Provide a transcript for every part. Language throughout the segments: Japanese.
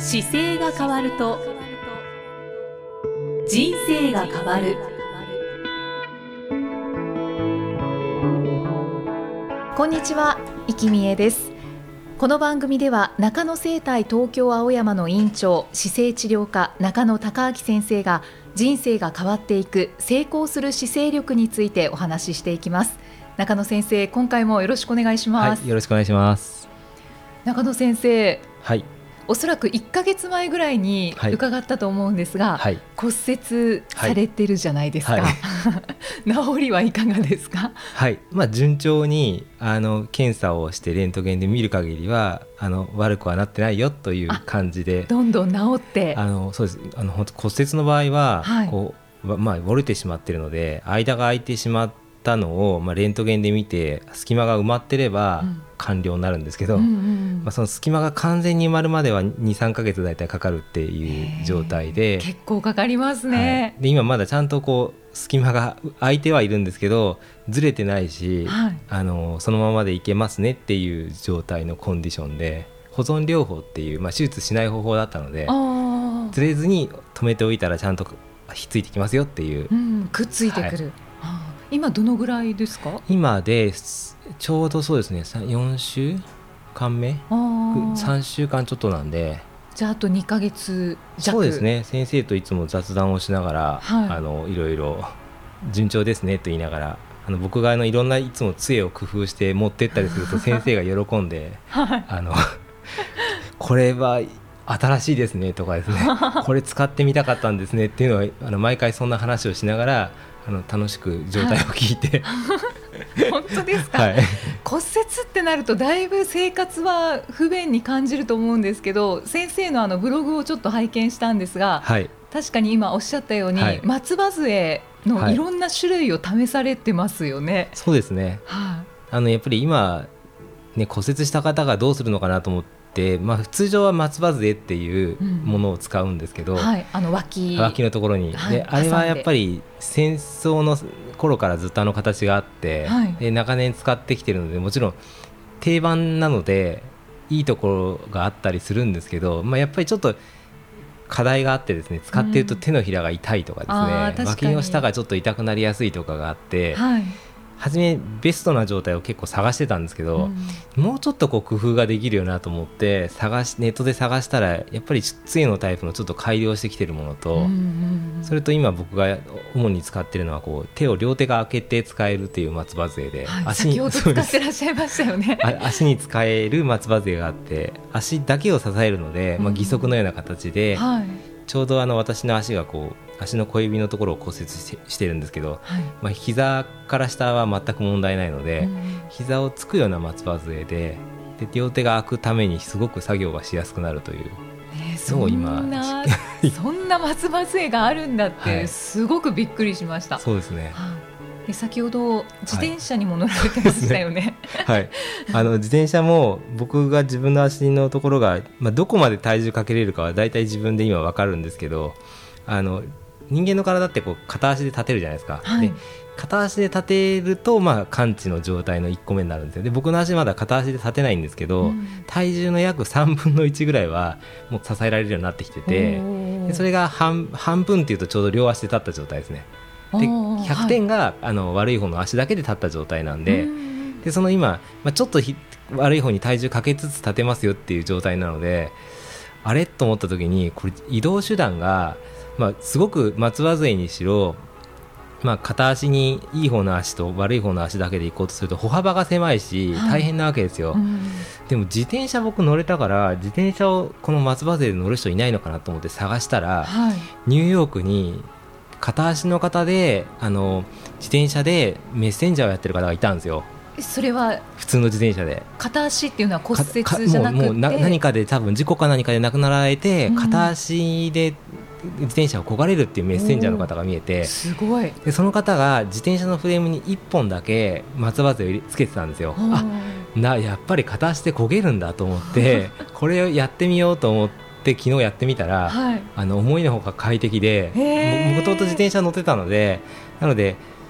姿勢が変わると人生が変わる。こんにちは、生きみえです。この番組では中野生態東京青山の院長、姿勢治療科中野孝明先生が人生が変わっていく成功する姿勢力についてお話ししていきます。中野先生、今回もよろしくお願いします。 はい、よろしくお願いします。 中野先生、 はい、 おそらく1ヶ月前ぐらいに伺ったと思うんですが、 はい、 骨折されてるじゃないですか、はい治りはいかがですか？ はい、順調に検査をしてレントゲンで見る限りは悪くはなってないよという感じで、 どんどん治ってそうです。本当骨折の場合は、 はい、 折れてしまっているので間が空いてしまったのを、レントゲンで見て隙間が埋まってれば完了になるんですけど、その隙間が完全に埋まるまでは 2,3 ヶ月だいたいかかるっていう状態で、 結構かかりますね、 はい、で今まだちゃんと隙間が空いてはいるんですけどずれてないし、はい、そのままでいけますねっていう状態のコンディションで、保存療法っていう、手術しない方法だったのでずれずに止めておいたらちゃんとひっついてきますよっていう、 くっついてくる、はい、今どのぐらいですか？ 今でちょうどそうですね、4週間目、3週間ちょっとなんで、 じゃああと2ヶ月弱。 そうですね。先生といつも雑談をしながら、はい、いろいろ順調ですねと言いながら、僕がいろんないつも杖を工夫して持ってったりすると先生が喜んで、はい、これは新しいですねとかですねこれ使ってみたかったんですねっていうのは毎回そんな話をしながら楽しく状態を聞いて、 はい、本当ですか、はい、骨折ってなるとだいぶ生活は不便に感じると思うんですけど、先生のブログをちょっと拝見したんですが、はい、確かに今おっしゃったように、はい、松葉杖のいろんな種類を試されてますよね、はい、 そうですね、はい、やっぱり今、ね、骨折した方がどうするのかなと思って、通常は松葉杖っていうものを使うんですけど、 はい、脇のところに、であれはやっぱり戦争の頃からずっと形があって、はい、で長年使ってきてるのでもちろん定番なのでいいところがあったりするんですけど、やっぱりちょっと課題があってですね、使っていると手のひらが痛いとかですね、脇の下がちょっと痛くなりやすいとかがあって、はい、初めベストな状態を結構探してたんですけど、もうちょっと工夫ができるよなと思ってネットで探したら、やっぱり杖のタイプのちょっと改良してきてるものと、それと今僕が主に使ってるのは手を両手が開けて使えるっていう松葉杖で、 はい、先ほど使ってらっしゃいましたよね足に使える松葉杖があって、足だけを支えるので、義足のような形で、はい、ちょうど私の足が足の小指のところを骨折してるんですけど、はい、膝から下は全く問題ないので、膝をつくような松葉杖で両手が開くためにすごく作業がしやすくなるというのを今、 そんな松葉杖があるんだってすごくびっくりしました、 はい、そうですね。 で先ほど自転車にも乗られてましたよね、 はい、自転車も僕が自分の足のところが、どこまで体重かけれるかはだいたい自分で今分かるんですけど、人間の体って片足で立てるじゃないですか、はい、で片足で立てると完治の状態の1個目になるんですよ。で僕の足まだ片足で立てないんですけど、体重の約3分の1ぐらいはもう支えられるようになってきてて、でそれが半分っていうとちょうど両足で立った状態ですね。で100点が、悪い方の足だけで立った状態なんで、でその今、ちょっと悪い方に体重かけつつ立てますよっていう状態なので、あれと思った時にこれ移動手段が、すごく松葉杖にしろ、片足にいい方の足と悪い方の足だけで行こうとすると歩幅が狭いし大変なわけですよ、でも自転車僕乗れたから、自転車をこの松葉杖で乗る人いないのかなと思って探したら、ニューヨークに片足の方で自転車でメッセンジャーをやってる方がいたんですよ。 それは普通の自転車で、 片足っていうのは骨折じゃなくて、 もう何かで多分事故か何かで亡くなられて、片足で自転車を漕がれるっていうメッセンジャーの方が見えて、 すごい。 でその方が自転車のフレームに1本だけ松葉杖をつけてたんですよ。やっぱり片足で漕げるんだと思ってこれをやってみようと思って昨日やってみたら、はい、思いのほか快適で、もともと自転車乗ってたので、なので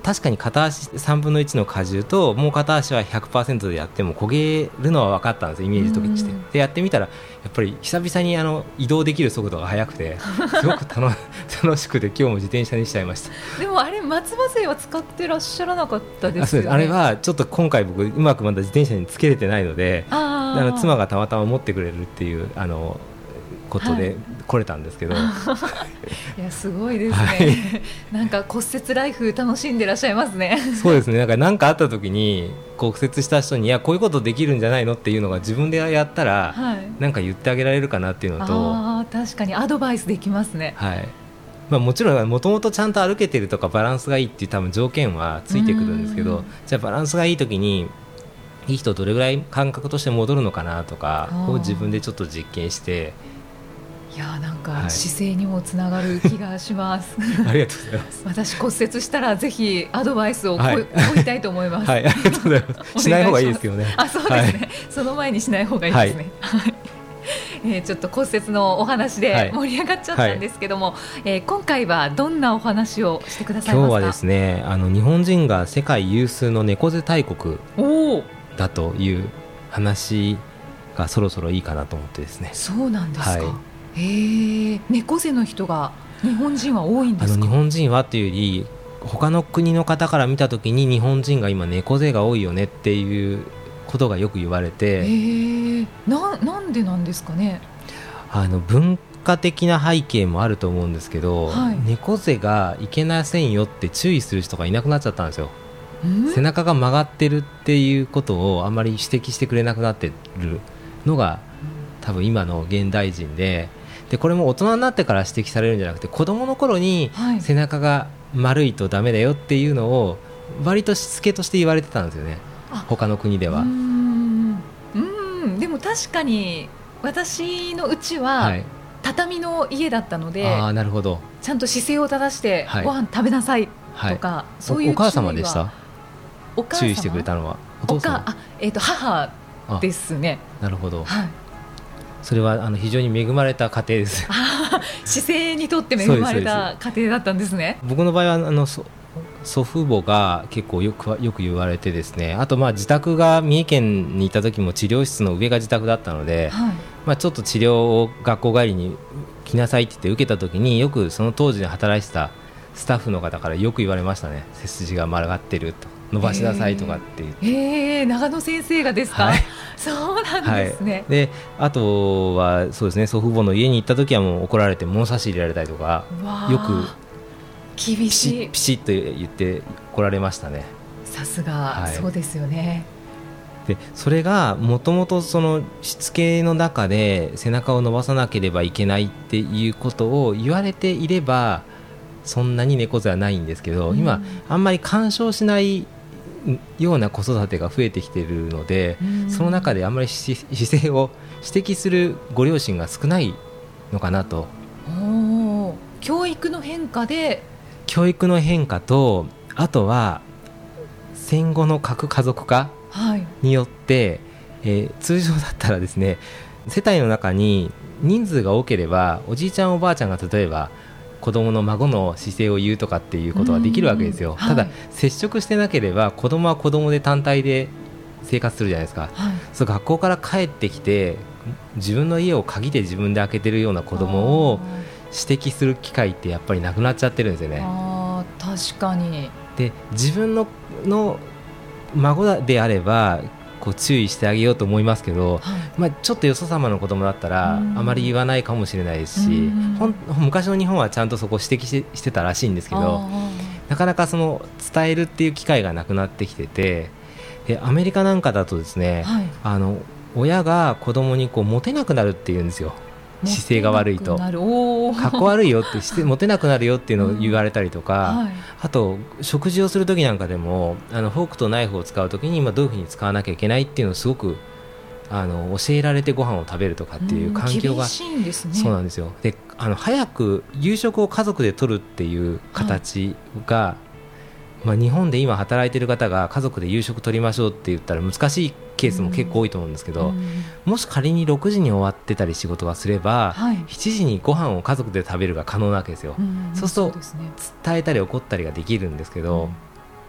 確かに片足3分の1の荷重ともう片足は 100% でやっても焦げるのは分かったんですよ、イメージとして。でやってみたらやっぱり久々に移動できる速度が速くてすごく楽しくて今日も自転車にしちゃいました。 でもあれ松葉杖は使ってらっしゃらなかったですよね。 あれはちょっと今回僕うまくまだ自転車につけれてないので、妻がたまたま持ってくれるっていうことで来れたんですけど、いやすごいですね、なんか骨折ライフ楽しんでらっしゃいますね。 そうですね、なんかあった時に骨折した人にいやこういうことできるんじゃないのっていうのが自分でやったら、なんか言ってあげられるかなっていうのと、 確かにアドバイスできますね。 もちろんもともとちゃんと歩けてるとかバランスがいいっていう多分条件はついてくるんですけど、じゃあバランスがいい時にいい人どれぐらい感覚として戻るのかなとかを自分でちょっと実験して、 いやなんか姿勢にもつながる気がします、 ありがとうございます。 私骨折したらぜひアドバイスを請いたいと思います。 ありがとうございますしない方がいいですけどね。 そうですね、その前にしない方がいいですね。ちょっと骨折のお話で盛り上がっちゃったんですけども、今回はどんなお話をしてくださいますか？ 今日はですね、日本人が世界有数の猫背大国だという話がそろそろいいかなと思ってですね。 そうなんですか。猫背の人が日本人は多いんですか？ 日本人はというより他の国の方から見たときに日本人が今猫背が多いよねっていうことがよく言われて、 なんでなんですかね。 文化的な背景もあると思うんですけど、猫背がいけませんよって注意する人がいなくなっちゃったんですよ。背中が曲がってるっていうことをあまり指摘してくれなくなってるのが多分今の現代人で、これも大人になってから指摘されるんじゃなくて子供の頃に背中が丸いとダメだよっていうのを割としつけとして言われてたんですよね、他の国では。 でも確かに私のうちは畳の家だったので、 なるほど、 ちゃんと姿勢を正してご飯食べなさいとか、そういうお母様でした？注意してくれたのはお父様？ 母ですね。 なるほど、それは非常に恵まれた家庭です。 姿勢にとって恵まれた家庭だったんですね。 僕の場合は祖父母が結構よく言われてですね、あと自宅が三重県にいた時も治療室の上が自宅だったので、ちょっと治療を学校帰りに来なさいって言って受けた時によくその当時に働いてたスタッフの方からよく言われましたね。背筋が曲がってると、伸ばしなさいとかって言って。 長野先生がですか？そうなんですね。 であとはそうですね、祖父母の家に行った時はもう怒られて物差し入れられたりとか、よく厳しいピシッと言って来られましたね。 さすが、そうですよね。 でそれがもともとそのしつけの中で背中を伸ばさなければいけないっていうことを言われていればそんなに猫背はないんですけど、今あんまり干渉しないような子育てが増えてきているので、その中であんまり姿勢を指摘するご両親が少ないのかなと。 教育の変化と、あとは戦後の核家族化によって、通常だったらですね、世帯の中に人数が多ければおじいちゃんおばあちゃんが例えば子供の孫の姿勢を言うとかっていうことはできるわけですよ。ただ接触してなければ子供は子供で単体で生活するじゃないですか。そう学校から帰ってきて自分の家を鍵で自分で開けてるような子供を指摘する機会ってやっぱりなくなっちゃってるんですよね。 確かに。 で自分の孫であればこう注意してあげようと思いますけど、ちょっとよそ様の子供だったらあまり言わないかもしれないですし、昔の日本はちゃんとそこを指摘してたらしいんですけど、なかなかその伝えるっていう機会がなくなってきてて、でアメリカなんかだとですね、親が子供にこうモテなくなるっていうんですよ。姿勢が悪いとかっこ悪いよってモテなくなるよっていうのを言われたりとか、あと食事をする時なんかでもフォークとナイフを使う時にどういうふうに使わなきゃいけないっていうのをすごく教えられてご飯を食べるとかっていう環境が厳しいんですね。 そうなんですよ。で早く夕食を家族で取るっていう形が、日本で今働いている方が家族で夕食取りましょうって言ったら難しいケースも結構多いと思うんですけど、もし仮に6時に終わってたり仕事がすれば、7時にご飯を家族で食べるが可能なわけですよ。そうすると伝えたり怒ったりができるんですけど、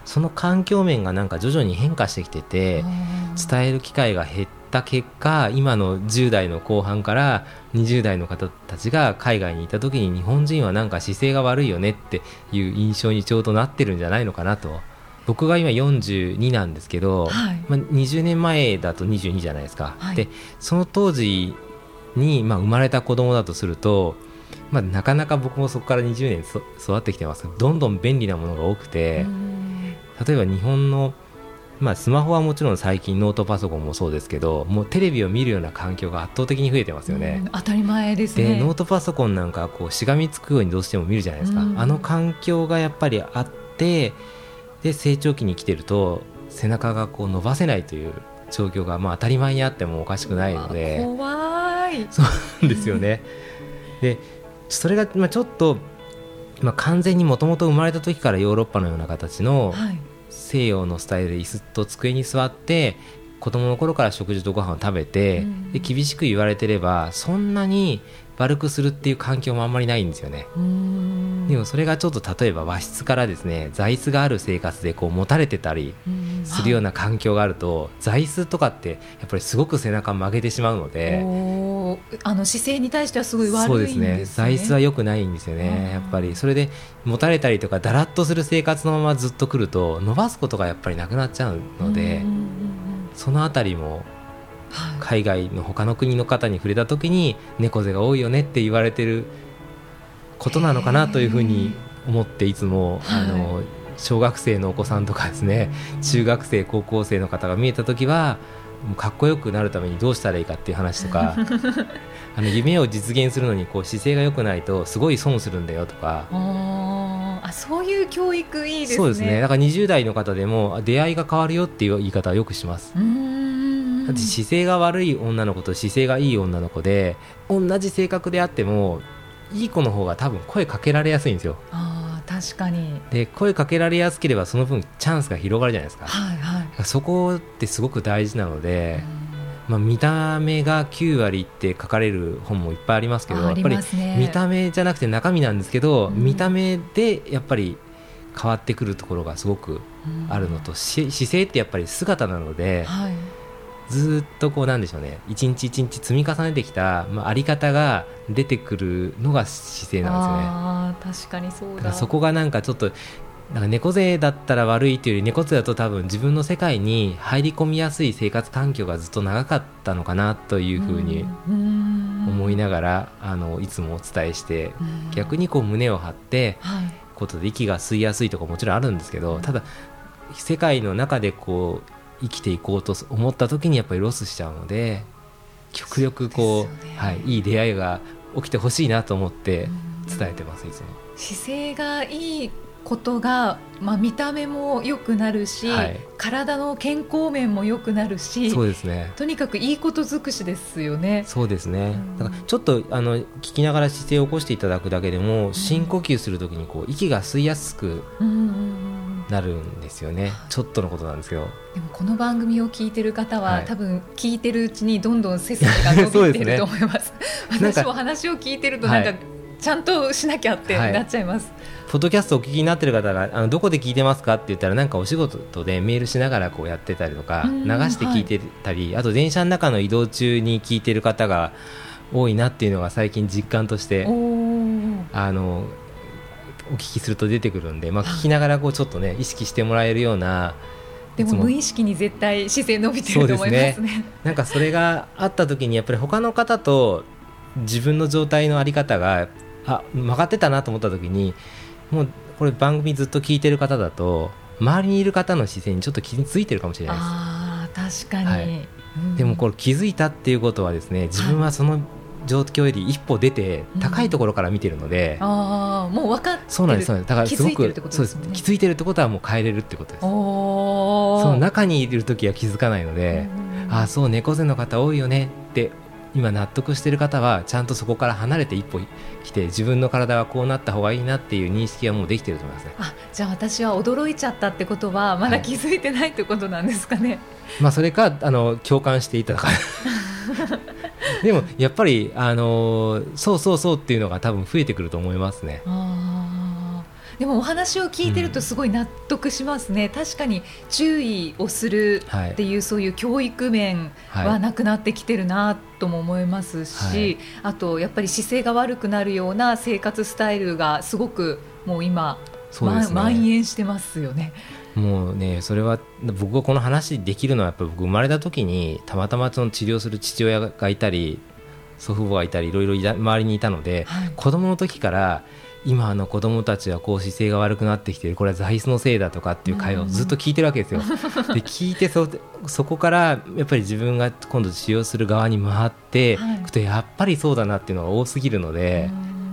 その環境面がなんか徐々に変化してきてて、伝える機会が減った結果、今の10代の後半から20代の方たちが海外にいた時に、日本人はなんか姿勢が悪いよねっていう印象にちょうどなってるんじゃないのかなと。僕が今42なんですけど、20年前だと22じゃないですか、でその当時に生まれた子供だとすると、なかなか僕もそこから20年育ってきてますけど、どんどん便利なものが多くて、例えば日本の、スマホはもちろん最近ノートパソコンもそうですけど、もうテレビを見るような環境が圧倒的に増えてますよね。 当たり前ですね。 でノートパソコンなんかこうしがみつくようにどうしても見るじゃないですか、あの環境がやっぱりあって、で成長期に来てると背中がこう伸ばせないという状況が当たり前にあってもおかしくないので、 怖い。 そうなんですよね。でそれがちょっと、完全にもともと生まれた時からヨーロッパのような形の西洋のスタイルで椅子と机に座って子供の頃から食事とご飯を食べて、で厳しく言われてればそんなに悪くするっていう環境もあんまりないんですよね。でもそれがちょっと例えば和室からですね、座椅子がある生活でこう持たれてたりするような環境があると、座椅子とかってやっぱりすごく背中曲げてしまうので、 姿勢に対してはすごい悪いんですね。 そうですね、座椅子は良くないんですよね。やっぱりそれで持たれたりとかだらっとする生活のままずっと来ると伸ばすことがやっぱりなくなっちゃうので、そのあたりも海外の他の国の方に触れた時に猫背が多いよねって言われてることなのかなというふうに思って、いつも小学生のお子さんとかですね、中学生高校生の方が見えた時はもうかっこよくなるためにどうしたらいいかっていう話とか夢を実現するのにこう姿勢が良くないとすごい損するんだよとか、 そういう教育いいですね。 そうですね。だから20代の方でも出会いが変わるよっていう言い方はよくします。だって姿勢が悪い女の子と姿勢がいい女の子で同じ性格であってもいい子の方が多分声かけられやすいんですよ。 確かに。 で声かけられやすければその分チャンスが広がるじゃないですか、そこってすごく大事なので、見た目が9割って書かれる本もいっぱいありますけど、やっぱり見た目じゃなくて中身なんですけど、見た目でやっぱり変わってくるところがすごくあるのと、姿勢ってやっぱり姿なので、ずっとこうなんでしょうね、一日一日積み重ねてきた、あり方が出てくるのが姿勢なんですよね。 確かにそうだ。 だからそこがなんかちょっとなんか猫背だったら悪いというより、猫背だと多分自分の世界に入り込みやすい生活環境がずっと長かったのかなというふうに思いながらいつもお伝えして、逆にこう胸を張ってことで息が吸いやすいとかもちろんあるんですけど、ただ世界の中でこう生きていこうと思った時にやっぱりロスしちゃうので、極力こう、いい出会いが起きてほしいなと思って伝えてます。いつも姿勢がいいことが、見た目も良くなるし、体の健康面も良くなるし、 そうですね、 とにかくいいこと尽くしですよね。 そうですね、だからちょっと聞きながら姿勢を起こしていただくだけでも、深呼吸するときにこう息が吸いやすくなるんですよね。ちょっとのことなんですけど、 でもこの番組を聞いてる方は、多分聞いてるうちにどんどん背筋が伸びていると思います私も話を聞いてるとなんか、ちゃんとしなきゃってなっちゃいます。 ポッドキャストをお聞きになっている方がどこで聞いてますかって言ったら、なんかお仕事でメールしながらこうやってたりとか、流して聞いてたり、あと電車の中の移動中に聞いてる方が多いなっていうのが最近実感としてお聞きすると出てくるんで、聞きながらこうちょっとね意識してもらえるような。 でも無意識に絶対姿勢伸びてると思いますね。 なんかそれがあった時にやっぱり他の方と自分の状態のあり方が曲がってたなと思った時に、もうこれ番組ずっと聞いてる方だと周りにいる方の姿勢にちょっと気づいてるかもしれないです。 確かに、 でもこれ気づいたっていうことはですね、自分はその状況より一歩出て高いところから見てるので、 もう分かってる。 そうなんです。だからすごく気づいてるってことですね。 気づいてるってことはもう変えれるってことです。その中にいるときは気づかないので、そう猫背の方多いよねって今納得している方はちゃんとそこから離れて一歩来て、自分の体はこうなった方がいいなっていう認識はもうできていると思いますね。 じゃあ私は驚いちゃったってことはまだ気づいてないってことなんですかね。 それか共感していただかでもやっぱりそうっていうのが多分増えてくると思いますね。 でもお話を聞いてるとすごい納得しますね、確かに注意をするっていう、そういう教育面はなくなってきてるなとも思いますし、あとやっぱり姿勢が悪くなるような生活スタイルがすごくもう今蔓延してますよね。 もうね、それは僕がこの話できるのはやっぱり僕生まれた時にたまたまその治療する父親がいたり祖父母がいたりいろいろ周りにいたので、子供の時から今の子供たちはこう姿勢が悪くなってきている、これは座椅子のせいだとかっていう会話をずっと聞いてるわけですよ。で聞いてそこからやっぱり自分が今度治療する側に回っていくと、やっぱりそうだなっていうのが多すぎるので、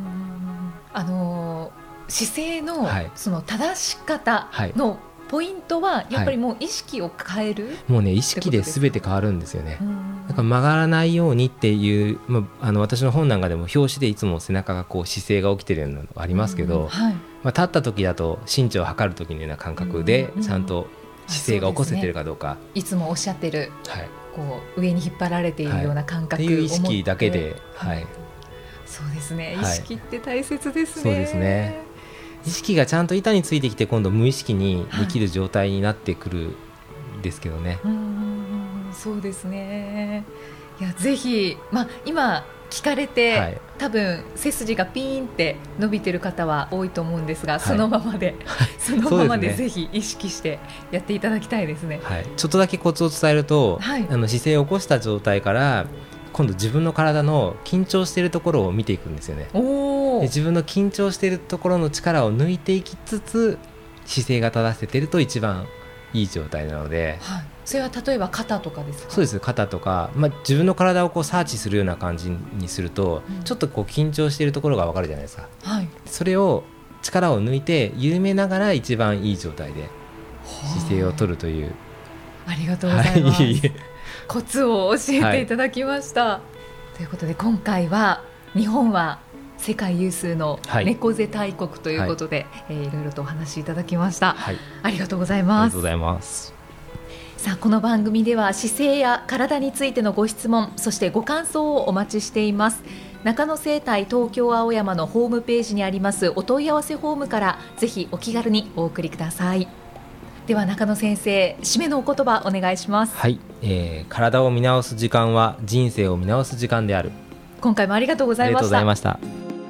姿勢のその正し方のポイントはやっぱりもう意識を変える、 もうね意識で全て変わるんですよね。だから曲がらないようにっていう、私の本なんかでも表紙でいつも背中がこう姿勢が起きてるのがありますけど、立った時だと身長を測る時のような感覚でちゃんと姿勢が起こせてるかどうか、 いつもおっしゃってる、こう上に引っ張られているような感覚を持って、 っていう意識だけで、 そうですね、意識って大切ですね。 そうですね、意識がちゃんと板についてきて今度無意識にできる状態になってくるんですけどね。 そうですね。いやぜひ、今聞かれて、多分背筋がピーンって伸びてる方は多いと思うんですが、そのままでそのままでぜひ意識してやっていただきたいですね。 ちょっとだけコツを伝えると、姿勢を起こした状態から今度自分の体の緊張しているところを見ていくんですよね。で自分の緊張しているところの力を抜いていきつつ姿勢が正せていると一番いい状態なので、 それは例えば肩とかですか？ そうです、肩とか、自分の体をこうサーチするような感じにすると、ちょっとこう緊張しているところが分かるじゃないですか。それを力を抜いて緩めながら一番いい状態で姿勢を取るという。 ありがとうございます、コツを教えていただきました、ということで今回は日本は世界有数の猫背大国ということで、いろいろとお話しいただきました、ありがとうございます。 ありがとうございます。 さあこの番組では姿勢や体についてのご質問、そしてご感想をお待ちしています。中野生態東京青山のホームページにありますお問い合わせフォームからぜひお気軽にお送りください。では中野先生、締めのお言葉お願いします。 体を見直す時間は人生を見直す時間である。 今回もありがとうございました。 ありがとうございました。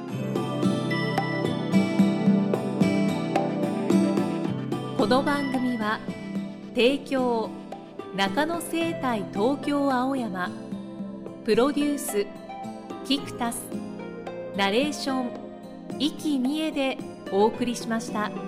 この番組は提供中野生態東京青山、プロデュースキクタス、ナレーション生きみえでお送りしました。